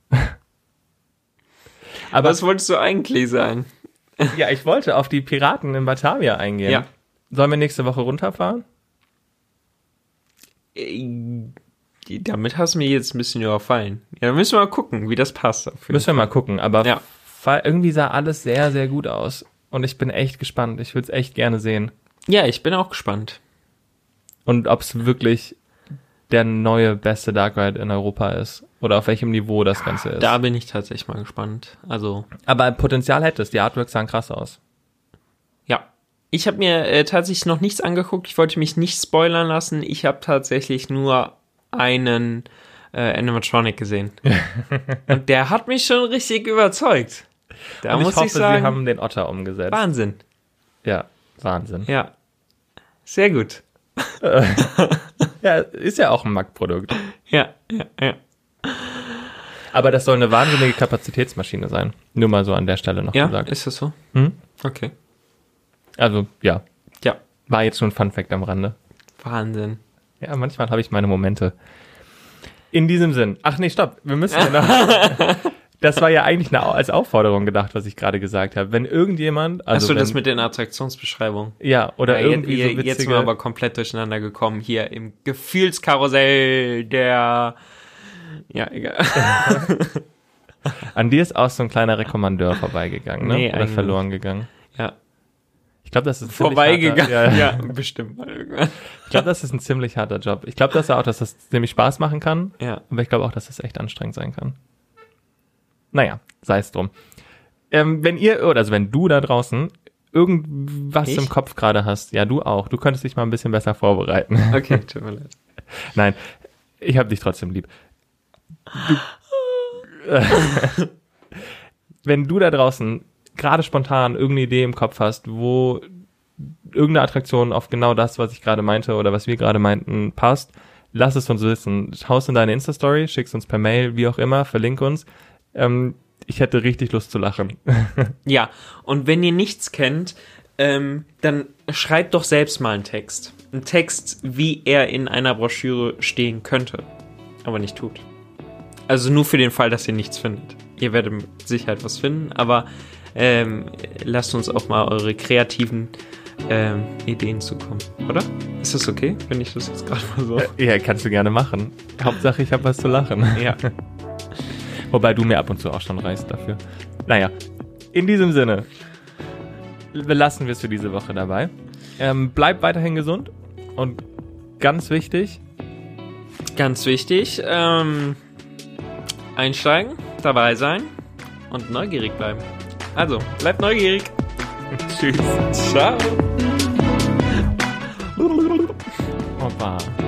Aber was wolltest du eigentlich sagen? Ja, ich wollte auf die Piraten in Batavia eingehen. Ja. Sollen wir nächste Woche runterfahren? Damit hast du mir jetzt ein bisschen überfallen. Ja, dann müssen wir mal gucken, wie das passt. Müssen wir mal gucken, aber ja. irgendwie sah alles sehr, sehr gut aus. Und ich bin echt gespannt. Ich würde es echt gerne sehen. Ja, ich bin auch gespannt. Und ob es wirklich der neue beste Dark Ride in Europa ist. Oder auf welchem Niveau das Ganze ist. Da bin ich tatsächlich mal gespannt. Also. Aber Potenzial hätte es. Die Artworks sahen krass aus. Ja. Ich habe mir äh, tatsächlich noch nichts angeguckt. Ich wollte mich nicht spoilern lassen. Ich habe tatsächlich nur einen äh, Animatronic gesehen. Und der hat mich schon richtig überzeugt. Da Und ich muss hoffe, ich sagen, sie haben den Otter umgesetzt. Wahnsinn. Ja, Wahnsinn. Ja. Sehr gut. Ja, ist ja auch ein Mac-Produkt. Ja, ja, ja. Aber das soll eine wahnsinnige Kapazitätsmaschine sein. Nur mal so an der Stelle noch ja, gesagt. Ja, ist das so? Hm? Okay. Also, ja. Ja. War jetzt nur ein Fun-Fact am Rande. Wahnsinn. Ja, manchmal habe ich meine Momente. In diesem Sinn. Ach nee, stopp. Wir müssen ja noch... Das war ja eigentlich eine, als Aufforderung gedacht, was ich gerade gesagt habe. Wenn irgendjemand... Also Hast du wenn, das mit den Attraktionsbeschreibungen? Ja, oder ja, irgendwie jetzt, so witzige... Jetzt sind wir aber komplett durcheinander gekommen hier im Gefühlskarussell der... Ja, egal. An dir ist auch so ein kleiner Rekommandeur vorbeigegangen, ne? Nee, Oder verloren gegangen. Ja. Ich glaube, das ist ein vorbeigegangen. Harter, ja, ja, bestimmt mal irgendwann. Ich glaube, das ist ein ziemlich harter Job. Ich glaube, dass auch, dass das ziemlich Spaß machen kann. Ja. Aber ich glaube auch, dass das echt anstrengend sein kann. Naja, sei es drum. Ähm, wenn ihr, oder also wenn du da draußen irgendwas ich? im Kopf gerade hast, ja, du auch, du könntest dich mal ein bisschen besser vorbereiten. Okay, tut mir leid. Nein, ich habe dich trotzdem lieb. Du, wenn du da draußen gerade spontan irgendeine Idee im Kopf hast, wo irgendeine Attraktion auf genau das, was ich gerade meinte oder was wir gerade meinten, passt, lass es uns wissen. Schau's in deine Insta-Story, schick's uns per Mail, wie auch immer, verlink uns. Ähm, ich hätte richtig Lust zu lachen. Ja, und wenn ihr nichts kennt, ähm, dann schreibt doch selbst mal einen Text. Einen Text, wie er in einer Broschüre stehen könnte, aber nicht tut. Also nur für den Fall, dass ihr nichts findet. Ihr werdet mit Sicherheit was finden, aber ähm, lasst uns auch mal eure kreativen ähm, Ideen zu kommen, oder? Ist das okay, wenn ich das jetzt gerade mal so... Ja, kannst du gerne machen. Hauptsache, ich habe was zu lachen. Ja. Wobei du mir ab und zu auch schon reißt dafür. Naja, in diesem Sinne belassen wir es für diese Woche dabei. Ähm, bleib weiterhin gesund und ganz wichtig... Ganz wichtig, ähm, einsteigen, dabei sein und neugierig bleiben. Also, bleibt neugierig. Tschüss. Ciao. Opa.